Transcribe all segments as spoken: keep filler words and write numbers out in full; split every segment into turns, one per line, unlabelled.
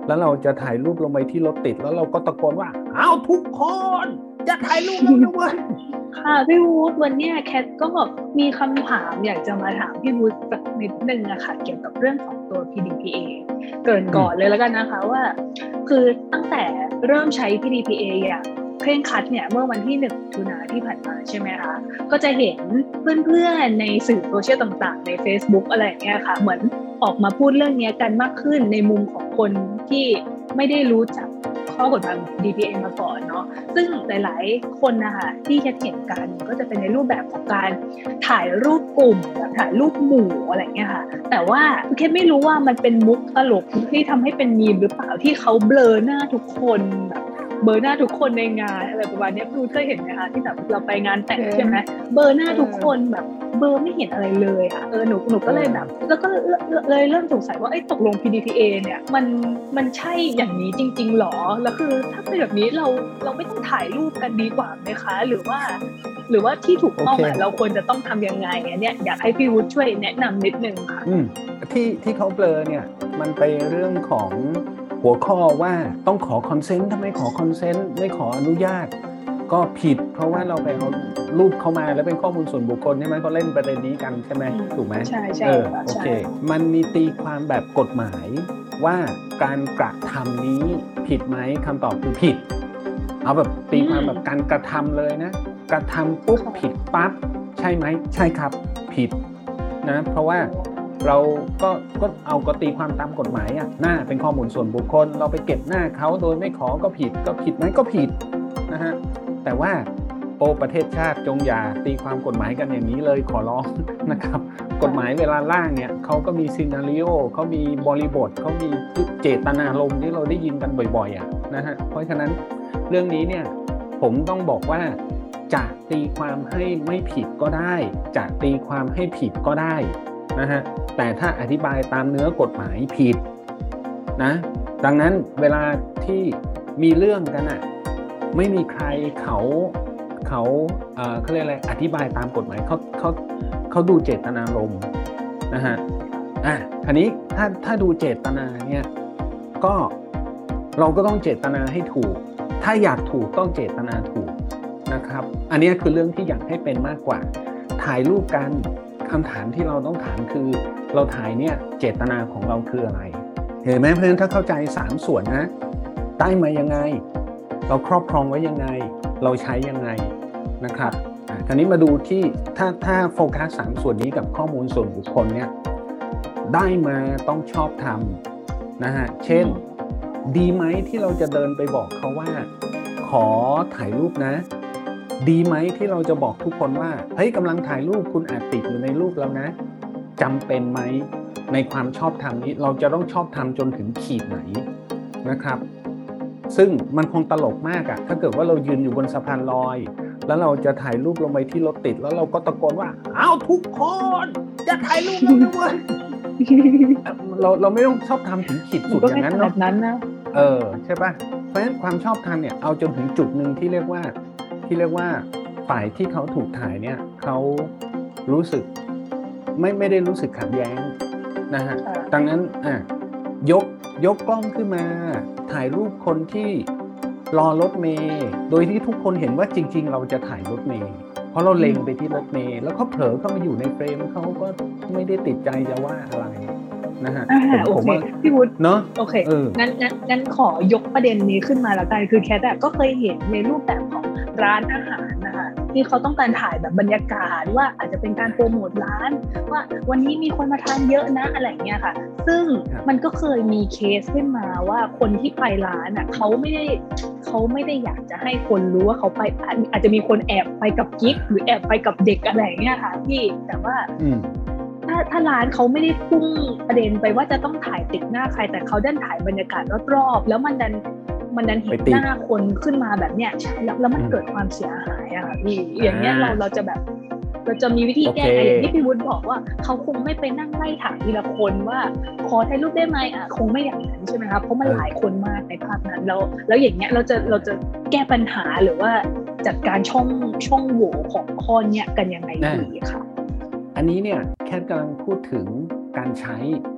แล้วเราจะถ่ายรูปลงไปที่รถติดแล้วเราก็ตะโกนว่าอ้าวทุกคนจะถ่ายรูปแล้วนะเว้ย
ค่ะพี่วูดวันนี้แคทก็มีคำถามอยากจะมาถามพี่วูดสักนิดนึงอะค่ะเกี่ยวกับเรื่องของตัว พี ดี พี เอ เกริ่นก่อนเลยแล้วกันนะคะว่าคือตั้งแต่เริ่มใช้ พี ดี พี เอ อย่างเคร่งครัดเนี่ยเมื่อวันที่หนึ่งมิถุนายนที่ผ่านมาใช่ไหมคะก็จะเห็นเพื่อนๆในสื่อโซเชียลต่างๆใน Facebook อะไรอย่างเงี้ยค่ะเหมือนออกมาพูดเรื่องนี้กันมากขึ้นในมุมของคนที่ไม่ได้รู้จักข้อกฎหมาย พี ดี พี เอ มาก่อนเนาะซึ่งหลายๆคนนะคะที่แค่เห็นกันก็จะเป็นในรูปแบบของการถ่ายรูปกลุ่มแบบถ่ายรูปหมู่อะไรเงี้ยค่ะแต่ว่าแค่ไม่รู้ว่ามันเป็นมุกตลกที่ทำให้เป็นมีมหรือเปล่าที่เขาเบลอหน้าทุกคนแบบเบอร์หน้าทุกคนในงานอะไรประมาณนี้คุณเคยเห็นไหมคะที่แบบเราไปงานแต่งใช่ไหมเบอร์หน้าทุกคนแบบเบอร์ไม่เห็นอะไรเลยอ่ะเออหนูหนูก็เลยแบบแล้วก็เลยเริ่มสงสัยว่าไอ้ตกลง พี ดี พี เอ เนี่ยมันมันใช่อย่างนี้จริงๆหรอแล้วคือถ้าเป็นแบบนี้เราเราไม่ต้องถ่ายรูปกันดีกว่าไหมคะหรือว่าหรือว่าที่ถูกต้องอ่ะเราควรจะต้องทำยังไงเนี่ยอยากให้พี่วุฒิช่วยแนะนำนิดนึงค่ะ
อืมที่ที่เขาเบลอเนี่ยมันไปเรื่องของหัวข้อว่าต้องขอคอนเซนต์ถ้าไม่ขอคอนเซนต์ไม่ขออนุญาตก็ผิดเพราะว่าเราไปเอารูปเข้ามาแล้วเป็นข้อมูลส่วนบุคคลใช่ไหมเขาเล่นประเด็นนี้กันใช่ไหมถูกไหม
ใช่ใช่
เออโอเคมันมีตีความแบบกฎหมายว่าการกระทำนี้ผิดไหมคำตอบคือผิดเอาแบบตีความแบบการกระทำเลยนะกระทำปุ๊บผิดปั๊บใช่ไหมใช่ครับผิดนะเพราะว่าเราก็ก็เอาก็ตีความตามกฎหมายอ่ะหน้าเป็นข้อมูลส่วนบุคคลเราไปเก็บหน้าเขาโดยไม่ขอก็ผิดก็ผิดไหมก็ผิดนะฮะแต่ว่าโอประเทศชาติจงอย่าตีความกฎหมายกันอย่างนี้เลยขอร้องนะครับกฎหมายเวลาร่างเนี่ยเขาก็มีซีนาริโอเขามีบริบทเขามีเจตนารมณ์ที่เราได้ยินกันบ่อยๆอ่ะนะฮะเพราะฉะนั้นเรื่องนี้เนี่ยผมต้องบอกว่าจะตีความให้ไม่ผิดก็ได้จะตีความให้ผิดก็ได้นะฮะแต่ถ้าอธิบายตามเนื้อกฎหมายผิดนะดังนั้นเวลาที่มีเรื่องกันอ่ะไม่มีใครเขาเขาเอ่อเขาเรียกอะไรอธิบายตามกฎหมายเขาเขาเขาดูเจตนารมณ์นะฮะอ่ะคราวนี้ถ้าถ้าดูเจตนาเนี่ยก็เราก็ต้องเจตนาให้ถูกถ้าอยากถูกต้องเจตนาถูกนะครับอันนี้คือเรื่องที่อยากให้เป็นมากกว่าถ่ายรูปกันคำถามที่เราต้องถามคือเราถ่ายเนี่ยเจตนาของเราคืออะไรเห็นไหมเพราะฉะนั้นถ้าเข้าใจสามส่วนนะได้มายังไงเราครอบครองไว้ยังไงเราใช้ยังไงนะครับคราวนี้มาดูที่ถ้าถ้าโฟกัสสามส่วนนี้กับข้อมูลส่วนบุคคลเนี่ยได้มาต้องชอบทำนะฮะเช่นดีไหมที่เราจะเดินไปบอกเขาว่าขอถ่ายรูปนะดีไหมที่เราจะบอกทุกคนว่าเฮ้ยกำลังถ่ายรูปคุณอาจติดอยู่ในรูปแล้วนะจำเป็นไหมในความชอบธรรมนี้เราจะต้องชอบธรรมจนถึงขีดไหนนะครับซึ่งมันคงตลกมากอะถ้าเกิดว่าเรายืนอยู่บนสะพานลอยแล้วเราจะถ่ายรูปลงไปที่รถติดแล้วเราก็ตะโกนว่าอ้าวทุกคนจะถ่ายรูปแล้วนะเว้ยเราเราไม่ต้องชอบธรรมถึงขีดสุดอย่างนั้นเนาะนะเออใช่ป่ะเพราะฉะนั้นความชอบธรรมเนี่ยเอาจนถึงจุดนึงที่เรียกว่าที่เรียกว่าฝ่ายที่เขาถูกถ่ายเนี่ยเขารู้สึกไม่ไม่ได้รู้สึกขัดแย้งนะฮะดังนั้นอ่ะยกยกกล้องขึ้นมาถ่ายรูปคนที่รอรถเมล์โดยที่ทุกคนเห็นว่าจริงๆเราจะถ่ายรถเมล์เพราะเราเล็งไปที่รถเมล์แล้วเขาเผลอเข้ามาอยู่ในเฟรมเขาก็ไม่ได้ติดใจจะว่าอะไรนะฮะ
ผมว่าพี่วุฒิ
เนาะ
โอเคงั้นงั้นงั้นขอยกประเด็นนี้ขึ้นมาแล้วกันคือแคทก็เคยเห็นในรูปแบบของร้านอาหารนะคะที่เขาต้องการถ่ายแบบบรรยากาศว่าอาจจะเป็นการโปรโมทร้านว่าวันนี้มีคนมาทานเยอะนะอะไรเงี้ยค่ะซึ่งมันก็เคยมีเคสขึ้นมาว่าคนที่ไปร้านอ่ะเขาไม่ได้เขาไม่ได้อยากจะให้คนรู้ว่าเขาไปอาจจะมีคนแอบไปกับกิ๊กหรือแอบไปกับเด็กอะไรเงี้ยค่ะพี่แต่ว่าถ้าถ้าร้านเขาไม่ได้พุ่งประเด็นไปว่าจะต้องถ่ายติดหน้าใครแต่เขาดันถ่ายบรรยากาศรอบๆแล้วมันดันมันดันเห็นหน้าคนขึ้นมาแบบเนี้ยใช่แล้วแล้วมันเกิดความเสียหายอะค่ะพี่อย่างเงี้ยเราเราจะแบบเราจะมีวิธีแก้ไขอย่างที่พี่วุฒิบอกว่าเขาคงไม่ไปนั่งไล่ถามทีละคนว่าขอถ่ายรูปได้ไหมอ่ะคงไม่อย่างนั้นใช่ไหมครับเพราะมันหลายคนมากในภาพนั้นแล้วแล้วอย่างเงี้ยเราจะเราจะแก้ปัญหาหรือว่าจัดการช่องช่องโหว่ของข้อเนี้ยกันยังไงดีค่ะ
อันนี้เนี่ยแค่กำลังพูดถึงการใช้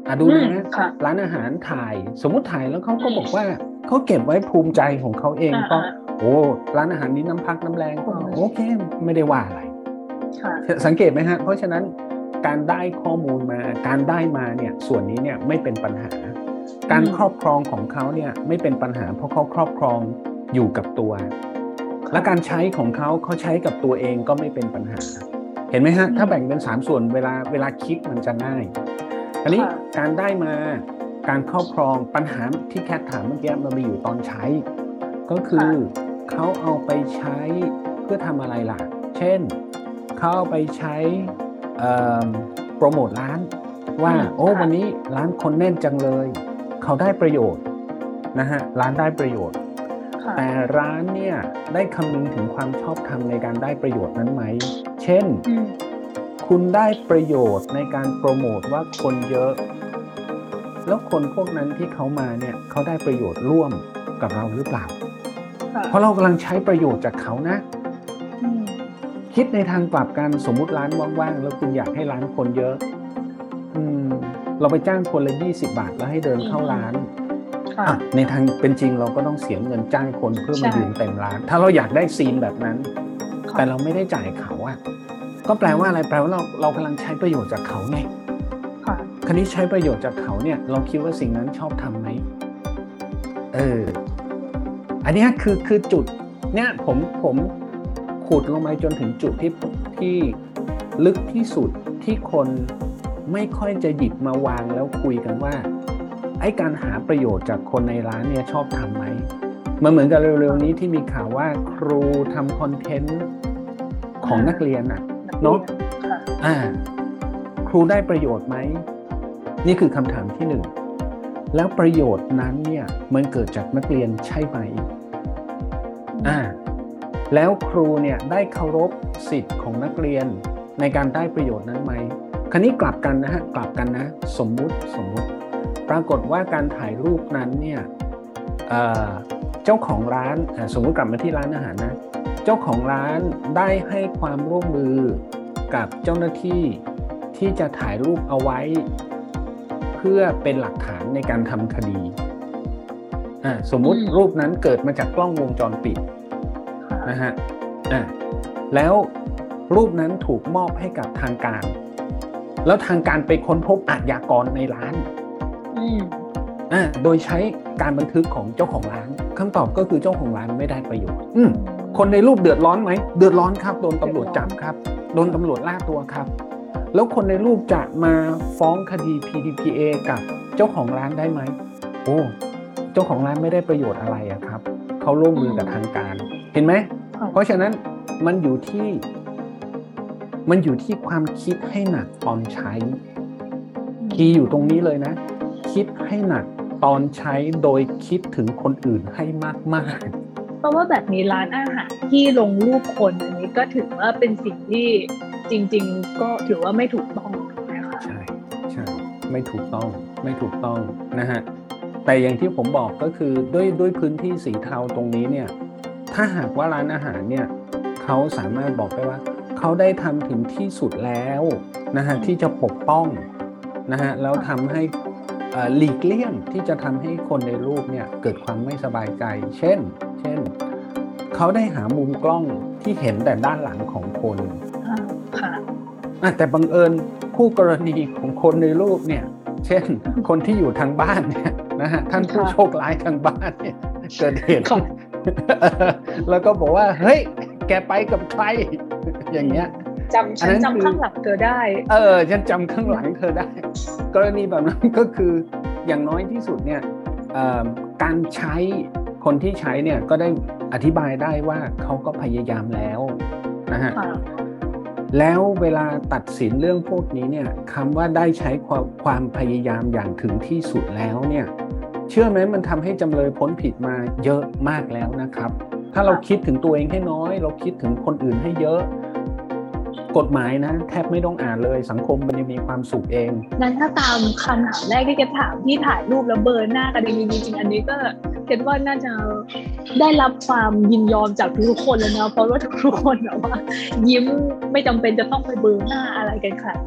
อ่ะดูนะร้านอาหารถ่ายสมมุติถ่ายแล้วเขาก็บอกว่าเขาเก็บไว้ภูมิใจของเขาเองก็โอ้ร้านอาหารนี้น้ำพักน้ำแรงก็โอเคไม่ได้ว่าอะไรสังเกตไหมฮะเพราะฉะนั้นการได้ข้อมูลมาการได้มาเนี่ยส่วนนี้เนี่ยไม่เป็นปัญหาการครอบครองของเขาเนี่ยไม่เป็นปัญหาเพราะเขาครอบครองอยู่กับตัวและการใช้ของเขาเขาใช้กับตัวเองก็ไม่เป็นปัญหาเห็นไหมฮะถ้าแบ่งเป็นสามส่วนเวลาเวลาคิดมันจะง่ายอันนี้การได้มาการครอบครองปัญหาที่แคทถามเมื่อกี้มันมีอยู่ตอนใช้ก็คือเขาเอาไปใช้เพื่อทำอะไรล่ะเช่นเขาเอาไปใช้โปรโมทร้านว่าโอ้วันนี้ร้านคนแน่นจังเลยเขาได้ประโยชน์นะฮะร้านได้ประโยชน์แต่ร้านเนี่ยได้คำนึงถึงความชอบธรรมในการได้ประโยชน์นั้นไหมเช่นคุณได้ประโยชน์ในการโปรโมทว่าคนเยอะแล้วคนพวกนั้นที่เขามาเนี่ยเขาได้ประโยชน์ร่วมกับเราหรือเปล่าเพราะเรากำลังใช้ประโยชน์จากเขานะคิดในทางกลับกันสมมุติร้านว่างๆแล้วคุณอยากให้ร้านคนเยอะอืมเราไปจ้างคนละยี่สิบบาทแล้วให้เดินเข้าร้านในทางเป็นจริงเราก็ต้องเสียเงินจ้างคนเพื่อมายืนเต็มร้านถ้าเราอยากได้ซีนแบบนั้นแต่เราไม่ได้จ่ายเขาอ่ะก็แปลว่าอะไรแปลว่าเราเรากำลังใช้ประโยชน์จากเขาไงคราวนี้ใช้ประโยชน์จากเขาเนี่ยเราคิดว่าสิ่งนั้นชอบทำไหมเอออันนี้คือคือจุดเนี่ยผมผมขุดลงมาจนถึงจุดที่ที่ลึกที่สุดที่คนไม่ค่อยจะหยิบมาวางแล้วคุยกันว่าไอ้การหาประโยชน์จากคนในร้านเนี่ยชอบทำไหมมันเหมือนกับเร็วๆนี้ที่มีข่าวว่าครูทำคอนเทนต์ของนักเรียนน่ะเนาะอ่าครูได้ประโยชน์ไหมนี่คือคำถามที่หนึ่งแล้วประโยชน์นั้นเนี่ยมันเกิดจากนักเรียนใช่ไหมอ่าแล้วครูเนี่ยได้เคารพสิทธิ์ของนักเรียนในการได้ประโยชน์นั้นไหมคราวนี้กลับกันนะฮะกลับกันนะสมมุติสมมุติปรากฏว่าการถ่ายรูปนั้นเนี่ย เอ่อ เจ้าของร้านสมมุติกลับมาที่ร้านอาหารนะเจ้าของร้านได้ให้ความร่วมมือกับเจ้าหน้าที่ที่จะถ่ายรูปเอาไว้เพื่อเป็นหลักฐานในการทำคดีอ่าสมมุติรูปนั้นเกิดมาจากกล้องวงจรปิดนะฮะอ่าแล้วรูปนั้นถูกมอบให้กับทางการแล้วทางการไปค้นพบอาชญากรในร้านอ่าโดยใช้การบันทึกของเจ้าของร้านคำตอบก็คือเจ้าของร้านไม่ได้ประโยชน์อืมคนในรูปเดือดร้อนไหมเดือดร้อนครับโดนตำรวจจับครับโดนตำรวจล่าตัวครับแล้วคนในรูปจะมาฟ้องคดี พี ดี พี เอ กับเจ้าของร้านได้ไหมโอ้เจ้าของร้านไม่ได้ประโยชน์อะไรอะครับเขาร่วมมือกับทางการเห็นไหมเพราะฉะนั้นมันอยู่ที่มันอยู่ที่ความคิดให้หนักตอนใช้คีย์อยู่ตรงนี้เลยนะคิดให้หนักตอนใช้โดยคิดถึงคนอื่นให้มากๆ
เพราะว่าแบบนี้ร้านอาหารที่ลงรูปคนอันนี้ก็ถือว่าเป็นสิ่งที่จริงๆก็ถือว่าไม่ถูกต้องนะคะ
ใช่ใช่ไม่ถูกต้องไม่ถูกต้องนะฮะแต่อย่างที่ผมบอกก็คือด้วยด้วยพื้นที่สีเทาตรงนี้เนี่ยถ้าหากว่าร้านอาหารเนี่ยเขาสามารถบอกได้ว่าเขาได้ทำถึงที่สุดแล้วนะฮะที่จะปกป้องนะฮะแล้วทำให้หลีกเลี่ยงที่จะทำให้คนในรูปเนี่ยเกิดความไม่สบายใจเช่นเช่นเขาได้หามุมกล้องที่เห็นแต่ด้านหลังของคน
ค่ะ
แต่บังเอิญคู่กรณีของคนในรูปเนี่ยเช่นคนที่อยู่ทางบ้านเนี่ยนะฮะท่านผู้โชคร้ายทางบ้านเนี่ยเกิดเหตุแล้วก็บอกว่าเฮ้ยแกไปกับใครอย่างเงี้ย
จำฉันจำข้างหลังเธอได้
เออฉันจำข้างหลังเธอได้กรณีแบบนั้นก็คืออย่างน้อยที่สุดเนี่ยการใช้คนที่ใช้เนี่ยก็ได้อธิบายได้ว่าเขาก็พยายามแล้วนะฮะแล้วเวลาตัดสินเรื่องพวกนี้เนี่ยคำว่าได้ใช้ความความพยายามอย่างถึงที่สุดแล้วเนี่ยเชื่อไหมมันทำให้จำเลยพ้นผิดมาเยอะมากแล้วนะครับถ้าเราคิดถึงตัวเองให้น้อยเราคิดถึงคนอื่นให้เยอะกฎหมายนะแทบไม่ต้องอ่านเลยสังคมมันยังมีความสุขเอง
งั้นถ้าตามคำถามแรกที่แกถามที่ถ่ายรูปแล้วเบอร์หน้ากันจริงจริงอันนี้ก็คิดว่าน่าจะได้รับความยินยอมจากทุกคนเลยนะเพราะว่าทุกคนแบบว่ายิ้มไม่จำเป็นจะต้องไปเบอร์หน้าอะไรกันขนาดนั้นนะคะ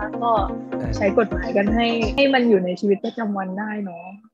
ก็ใช้กฎหมายกันให้ให้มันอยู่ในชีวิตประจำวันได้เนาะ